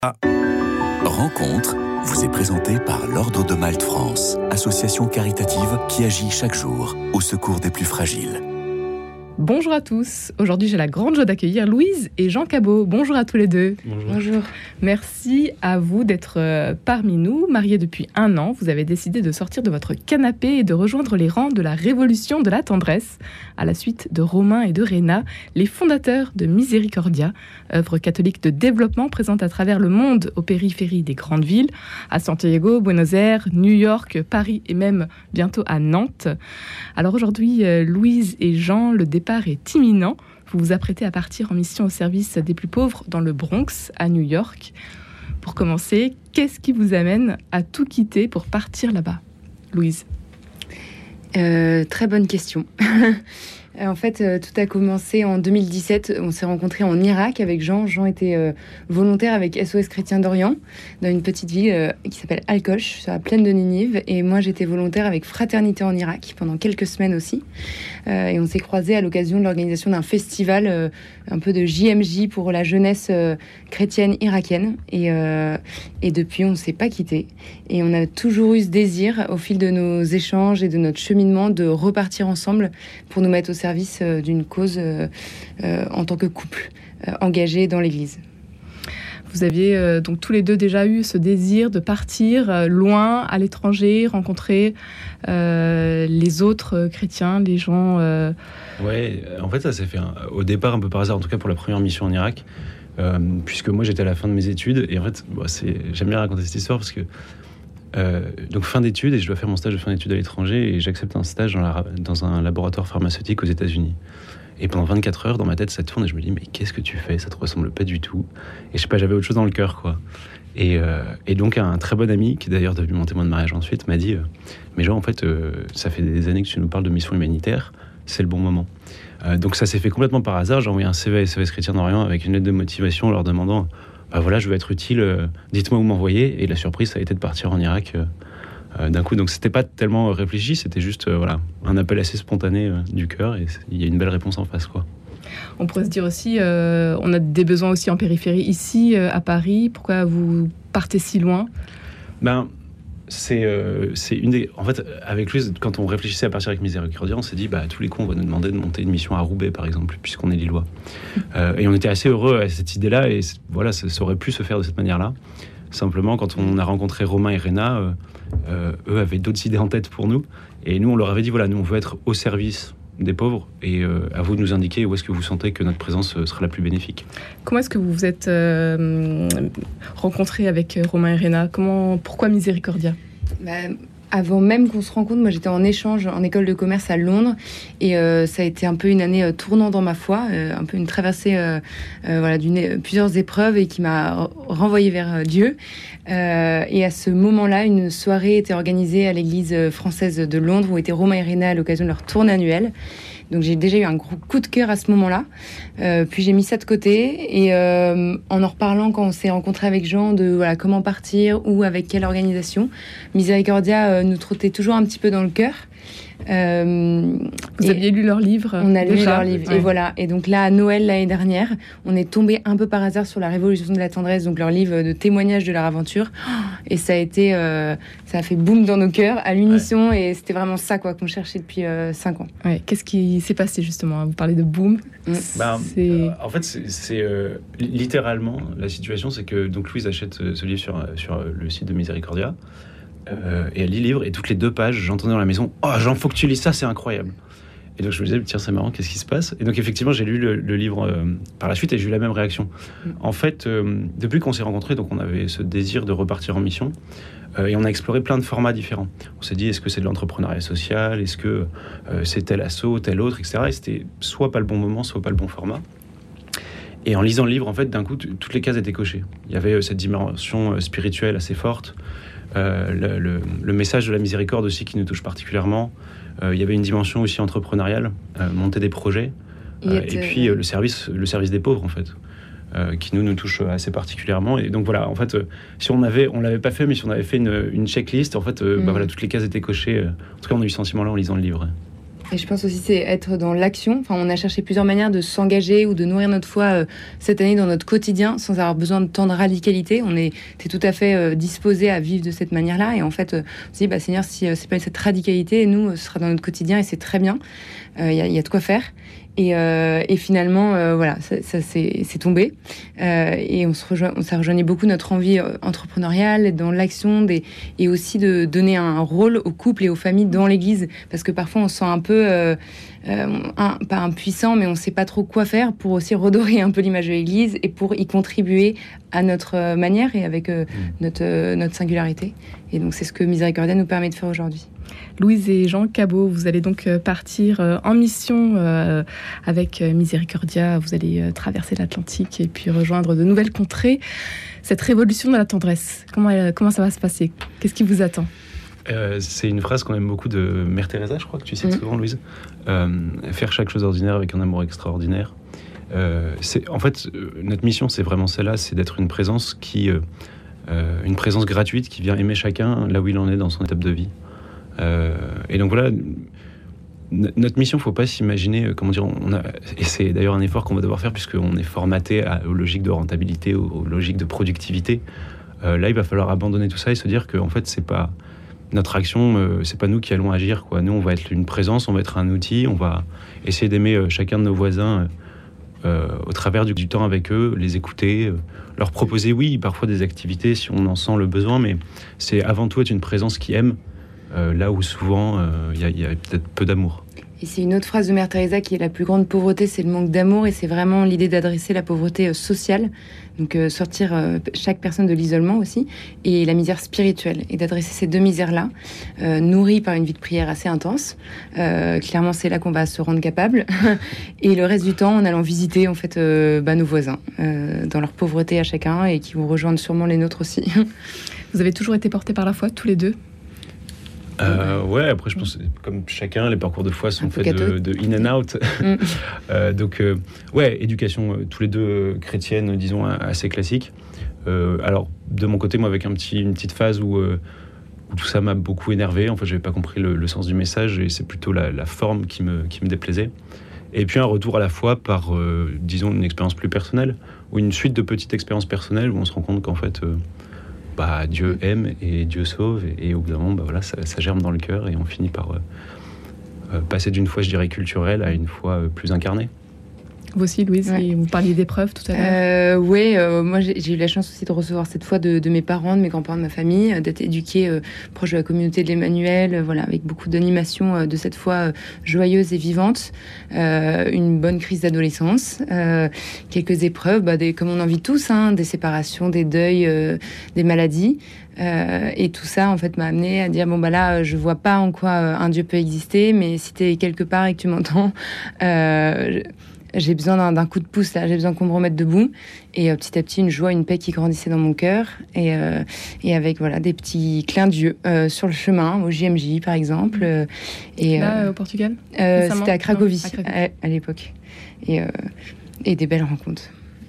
Rencontre vous est présentée par l'Ordre de Malte France, association caritative qui agit chaque jour au secours des plus fragiles. Bonjour à tous. Aujourd'hui, j'ai la grande joie d'accueillir Louise et Jean Cabot. Bonjour à tous les deux. Bonjour. Merci à vous d'être parmi nous. Mariés depuis 1 an, vous avez décidé de sortir de votre canapé et de rejoindre les rangs de la Révolution de la tendresse, à la suite de Romain et de Réna, les fondateurs de Misericordia, œuvre catholique de développement présente à travers le monde aux périphéries des grandes villes, à Santiago, Buenos Aires, New York, Paris et même bientôt à Nantes. Alors aujourd'hui, Louise et Jean, le départ est imminent. Vous vous apprêtez à partir en mission au service des plus pauvres dans le Bronx, à New York. Pour commencer, qu'est-ce qui vous amène à tout quitter pour partir là-bas, Louise ? Très bonne question. En fait, tout a commencé en 2017. On s'est rencontrés en Irak avec Jean. Jean était volontaire avec SOS Chrétien d'Orient, dans une petite ville qui s'appelle Al-Koch, sur la plaine de Ninive. Et moi, j'étais volontaire avec Fraternité en Irak pendant quelques semaines aussi. Et on s'est croisés à l'occasion de l'organisation d'un festival, un peu de JMJ pour la jeunesse chrétienne irakienne. Et depuis, on ne s'est pas quittés. Et on a toujours eu ce désir, au fil de nos échanges et de notre cheminement, de repartir ensemble pour nous mettre au service d'une cause en tant que couple engagé dans l'Église. Vous aviez donc tous les deux déjà eu ce désir de partir loin, à l'étranger, rencontrer les autres chrétiens, les gens... Ouais, en fait ça s'est fait au départ un peu par hasard, en tout cas pour la première mission en Irak, puisque moi j'étais à la fin de mes études, et en fait j'aime bien raconter cette histoire parce que donc fin d'études, et je dois faire mon stage de fin d'études à l'étranger, et j'accepte un stage dans un laboratoire pharmaceutique aux États-Unis. Et pendant 24 heures, dans ma tête, ça tourne, et je me dis, mais qu'est-ce que tu fais ? Ça te ressemble pas du tout. Et je sais pas, j'avais autre chose dans le cœur, quoi. Et donc, un très bon ami, qui est d'ailleurs devenu mon témoin de mariage ensuite, m'a dit, mais genre, en fait, ça fait des années que tu nous parles de mission humanitaire, c'est le bon moment. Donc, ça s'est fait complètement par hasard. J'ai envoyé un CV à SOS Chrétien d'Orient avec une lettre de motivation, leur demandant, voilà, je veux être utile, dites-moi où m'envoyer. Et la surprise, ça a été de partir en Irak d'un coup. Donc, c'était pas tellement réfléchi, c'était juste un appel assez spontané du cœur, et il y a une belle réponse en face, quoi. On pourrait se dire aussi, on a des besoins aussi en périphérie ici, à Paris. Pourquoi vous partez si loin ? C'est une des... En fait, avec lui, quand on réfléchissait à partir avec Misericordia, on s'est dit, à tous les coups, on va nous demander de monter une mission à Roubaix, par exemple, puisqu'on est lillois. Et on était assez heureux à cette idée-là, et voilà, ça aurait pu se faire de cette manière-là. Simplement, quand on a rencontré Romain et Réna, eux avaient d'autres idées en tête pour nous, et nous, on leur avait dit, voilà, nous, on veut être au service des pauvres, et à vous de nous indiquer où est-ce que vous sentez que notre présence sera la plus bénéfique. Comment est-ce que vous vous êtes rencontrés avec Romain et Réna ? Pourquoi Misericordia ? Avant même qu'on se rencontre, moi j'étais en échange en école de commerce à Londres, et ça a été un peu une année tournant dans ma foi, un peu une traversée plusieurs épreuves, et qui m'a renvoyée vers Dieu. Et à ce moment-là, une soirée était organisée à l'église française de Londres, où étaient Romain et Réna à l'occasion de leur tournée annuelle. Donc j'ai déjà eu un gros coup de cœur à ce moment-là. Puis j'ai mis ça de côté, et en reparlant quand on s'est rencontré avec Jean de comment partir ou avec quelle organisation, Misericordia nous trottait toujours un petit peu dans le cœur. Vous aviez lu leur livre ? On a lu leur livre, ouais. Et voilà. Et donc là, à Noël l'année dernière, on est tombé un peu par hasard sur la Révolution de la tendresse, donc leur livre de témoignages de leur aventure. Et ça a fait boum dans nos cœurs, à l'unisson, ouais. Et c'était vraiment ça qu'on cherchait depuis 5 ans. Ouais. Qu'est-ce qui s'est passé justement ? Vous parlez de boum. En fait, c'est littéralement la situation, c'est que donc Louise achète ce livre sur le site de Misericordia. Et elle lit le livre, et toutes les 2 pages, j'entendais dans la maison, « Oh, Jean, faut que tu lis ça, c'est incroyable !» Et donc je me disais, tiens, c'est marrant, qu'est-ce qui se passe ? Et donc effectivement, j'ai lu le livre par la suite, et j'ai eu la même réaction. En fait, depuis qu'on s'est rencontrés, donc on avait ce désir de repartir en mission, et on a exploré plein de formats différents. On s'est dit, est-ce que c'est de l'entrepreneuriat social ? Est-ce que c'est tel asso, tel autre, etc. Et c'était soit pas le bon moment, soit pas le bon format. Et en lisant le livre, en fait, d'un coup, toutes les cases étaient cochées. Il y avait cette dimension spirituelle assez forte, le message de la miséricorde aussi qui nous touche particulièrement. Il y avait une dimension aussi entrepreneuriale, monter des projets, et puis le service des pauvres en fait, qui nous touche assez particulièrement. Et donc voilà, en fait, si on l'avait pas fait, mais si on avait fait une checklist, en fait, voilà, toutes les cases étaient cochées. En tout cas, on a eu ce sentiment-là en lisant le livre. Et je pense aussi c'est être dans l'action. Enfin, on a cherché plusieurs manières de s'engager ou de nourrir notre foi cette année dans notre quotidien sans avoir besoin de tant de radicalité. On était tout à fait disposés à vivre de cette manière-là. Et en fait, on s'est dit, Seigneur, si c'est pas cette radicalité, nous, ce sera dans notre quotidien et c'est très bien. Il y a de quoi faire. Et finalement, voilà, ça c'est tombé. Et ça rejoignait beaucoup notre envie entrepreneuriale, dans l'action, et aussi de donner un rôle aux couples et aux familles dans l'Église. Parce que parfois, on se sent un peu, pas impuissant, mais on ne sait pas trop quoi faire pour aussi redorer un peu l'image de l'Église et pour y contribuer à notre manière et avec notre singularité. Et donc, c'est ce que Miséricordia nous permet de faire aujourd'hui. Louise et Jean Cabot, vous allez donc partir en mission avec Miséricordia. Vous allez traverser l'Atlantique et puis rejoindre de nouvelles contrées. Cette révolution de la tendresse, comment ça va se passer? Qu'est-ce qui vous attend? C'est une phrase qu'on aime beaucoup de Mère Teresa, je crois que tu cites souvent, Louise. Faire chaque chose ordinaire avec un amour extraordinaire. En fait, notre mission, c'est vraiment celle-là, c'est d'être une présence une présence gratuite qui vient aimer chacun là où il en est dans son étape de vie. Et donc voilà, notre mission, faut pas s'imaginer, et c'est d'ailleurs un effort qu'on va devoir faire puisqu'on est formaté aux logiques de rentabilité, aux logiques de productivité. Là, il va falloir abandonner tout ça et se dire que en fait, c'est pas notre action, c'est pas nous qui allons agir, quoi. Nous, on va être une présence, on va être un outil, on va essayer d'aimer chacun de nos voisins au travers du temps avec eux, les écouter, leur proposer, oui, parfois des activités si on en sent le besoin, mais c'est avant tout être une présence qui aime. Là où souvent il y a peut-être peu d'amour. Et c'est une autre phrase de Mère Teresa qui est la plus grande pauvreté, c'est le manque d'amour, et c'est vraiment l'idée d'adresser la pauvreté sociale, donc sortir chaque personne de l'isolement aussi, et la misère spirituelle, et d'adresser ces deux misères-là, nourries par une vie de prière assez intense. Clairement, c'est là qu'on va se rendre capable, et le reste du temps en allant visiter en fait nos voisins dans leur pauvreté à chacun, et qui vont rejoindre sûrement les nôtres aussi. Vous avez toujours été portés par la foi, tous les deux? Ouais, après je pense que comme chacun, les parcours de foi sont faits de in and out. Donc éducation tous les deux chrétienne, disons assez classique. Alors de mon côté, moi avec une petite phase où tout ça m'a beaucoup énervé. En fait, j'avais pas compris le sens du message et c'est plutôt la forme qui me déplaisait. Et puis un retour à la foi par, disons, une expérience plus personnelle ou une suite de petites expériences personnelles où on se rend compte qu'en fait Dieu aime et Dieu sauve, et au bout d'un moment, ça germe dans le cœur et on finit par passer d'une foi, je dirais, culturelle à une foi plus incarnée. Vous aussi, Louise, vous parliez d'épreuves tout à l'heure. Oui, moi j'ai eu la chance aussi de recevoir cette foi de mes parents, de mes grands-parents, de ma famille, d'être éduquée proche de la communauté de l'Emmanuel, avec beaucoup d'animation de cette foi joyeuse et vivante, une bonne crise d'adolescence, quelques épreuves, comme on en vit tous, des séparations, des deuils, des maladies. Et tout ça, en fait, m'a amené à dire, là, je vois pas en quoi un Dieu peut exister, mais si t'es quelque part et que tu m'entends... j'ai besoin d'un coup de pouce, là. J'ai besoin qu'on me remette debout. Et petit à petit, une joie, une paix qui grandissait dans mon cœur. Et avec des petits clins d'yeux sur le chemin, au JMJ, par exemple. Là, au Portugal C'était à Cracovie, à l'époque. Et des belles rencontres.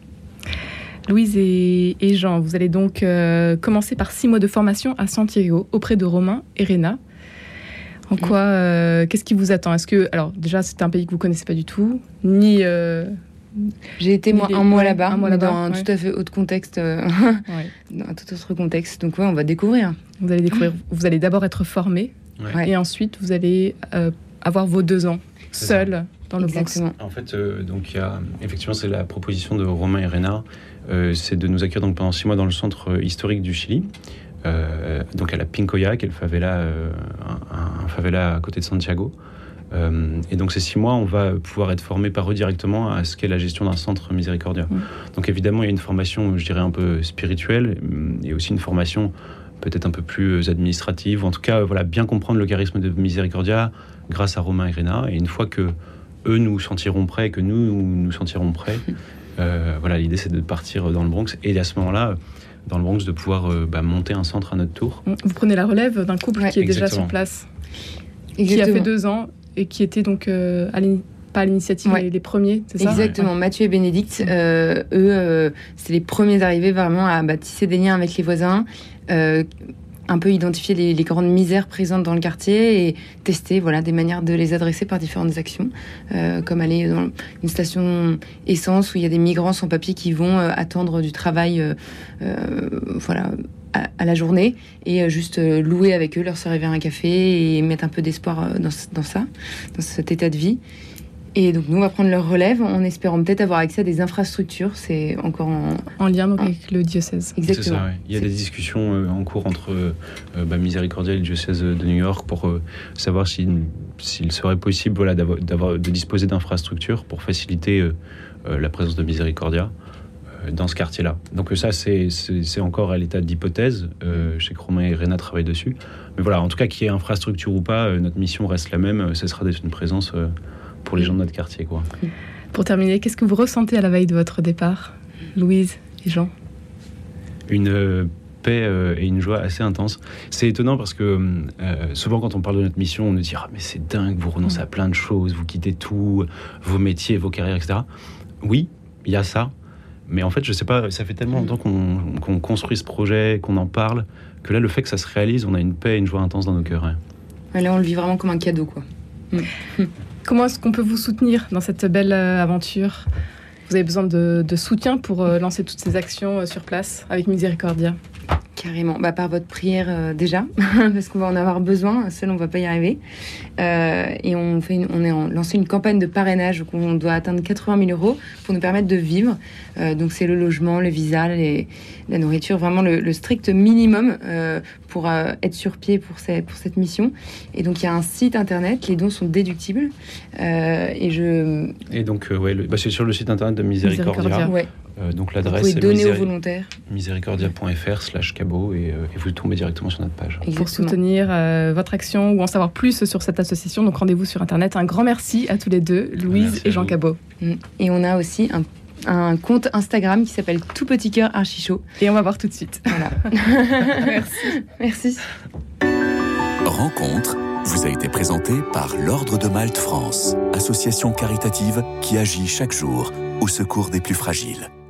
Louise et Jean, vous allez donc commencer par 6 mois de formation à Santiago, auprès de Romain et Réna. En quoi, qu'est-ce qui vous attend? Est-ce que, alors déjà, c'est un pays que vous connaissez pas du tout, ni. J'ai été un mois là-bas, dans un tout à fait autre contexte, dans un tout autre contexte. Donc on va découvrir. Vous allez découvrir. Vous allez d'abord être formé, et ensuite vous allez avoir vos 2 ans seuls dans le Bronx. En fait, donc effectivement, c'est la proposition de Romain et Réna, c'est de nous accueillir donc pendant 6 mois dans le centre historique du Chili. Donc à la Pincoya, qui est un favela à côté de Santiago. Et donc ces 6 mois, on va pouvoir être formé par eux directement à ce qu'est la gestion d'un centre Miséricordia. Donc évidemment, il y a une formation, je dirais, un peu spirituelle, et aussi une formation peut-être un peu plus administrative, ou en tout cas, bien comprendre le charisme de Miséricordia grâce à Romain et Réna. Et une fois que eux nous sentiront prêts, que nous sentirons prêts, l'idée c'est de partir dans le Bronx, et à ce moment-là, dans le Bronx, de pouvoir monter un centre à notre tour. Vous prenez la relève d'un couple qui est déjà sur place, qui a fait 2 ans et qui était donc pas à l'initiative les premiers, c'est ça? Exactement, Mathieu et Bénédicte, eux, c'est les premiers arrivés vraiment à tisser des liens avec les voisins, un peu identifier les grandes misères présentes dans le quartier et tester des manières de les adresser par différentes actions, comme aller dans une station essence où il y a des migrants sans papier qui vont attendre du travail à la journée et juste louer avec eux, leur servir un café et mettre un peu d'espoir dans cet état de vie. Et donc nous, on va prendre leur relève en espérant peut-être avoir accès à des infrastructures. C'est encore en lien donc, avec le diocèse. Exactement. C'est ça, ouais. Il y a des discussions en cours entre Miséricordia et le diocèse de New York pour savoir s'il serait possible de disposer d'infrastructures pour faciliter la présence de Miséricordia dans ce quartier-là. Donc ça, c'est encore à l'état d'hypothèse. Je sais que Romain et Réna travaillent dessus. Mais voilà, en tout cas, qu'il y ait infrastructure ou pas, notre mission reste la même. Ce sera d'être une présence pour les gens de notre quartier, quoi. Pour terminer, qu'est-ce que vous ressentez à la veille de votre départ, Louise et Jean ? Une paix et une joie assez intense. C'est étonnant parce que souvent quand on parle de notre mission, on nous dit « Ah mais c'est dingue, vous renoncez à plein de choses, vous quittez tout, vos métiers, vos carrières, etc. » Oui, il y a ça. Mais en fait, je sais pas, ça fait tellement longtemps qu'on construit ce projet, qu'on en parle, que là, le fait que ça se réalise, on a une paix et une joie intense dans nos cœurs. Ouais. Là, on le vit vraiment comme un cadeau, quoi. Comment est-ce qu'on peut vous soutenir dans cette belle aventure ? Vous avez besoin de soutien pour lancer toutes ces actions sur place avec Miséricordia ? Carrément, par votre prière déjà, parce qu'on va en avoir besoin, seul on ne va pas y arriver. Et on a lancé une campagne de parrainage où on doit atteindre 80 000 € pour nous permettre de vivre. Donc c'est le logement, le visa, la nourriture, vraiment le strict minimum pour être sur pied pour cette mission. Et donc il y a un site internet, les dons sont déductibles. Et donc c'est sur le site internet de Miséricordia. Ouais. Donc l'adresse vous pouvez donner aux volontaires. miséricordia.fr/cabot et vous tombez directement sur notre page. Pour soutenir votre action ou en savoir plus sur cette association, donc rendez-vous sur internet. Un grand merci à tous les deux, Louise et Jean Cabot. Et on a aussi un compte Instagram qui s'appelle Tout Petit Cœur Archichaud. Et on va voir tout de suite. Voilà. Merci. Rencontre vous a été présentée par l'Ordre de Malte France, association caritative qui agit chaque jour au secours des plus fragiles.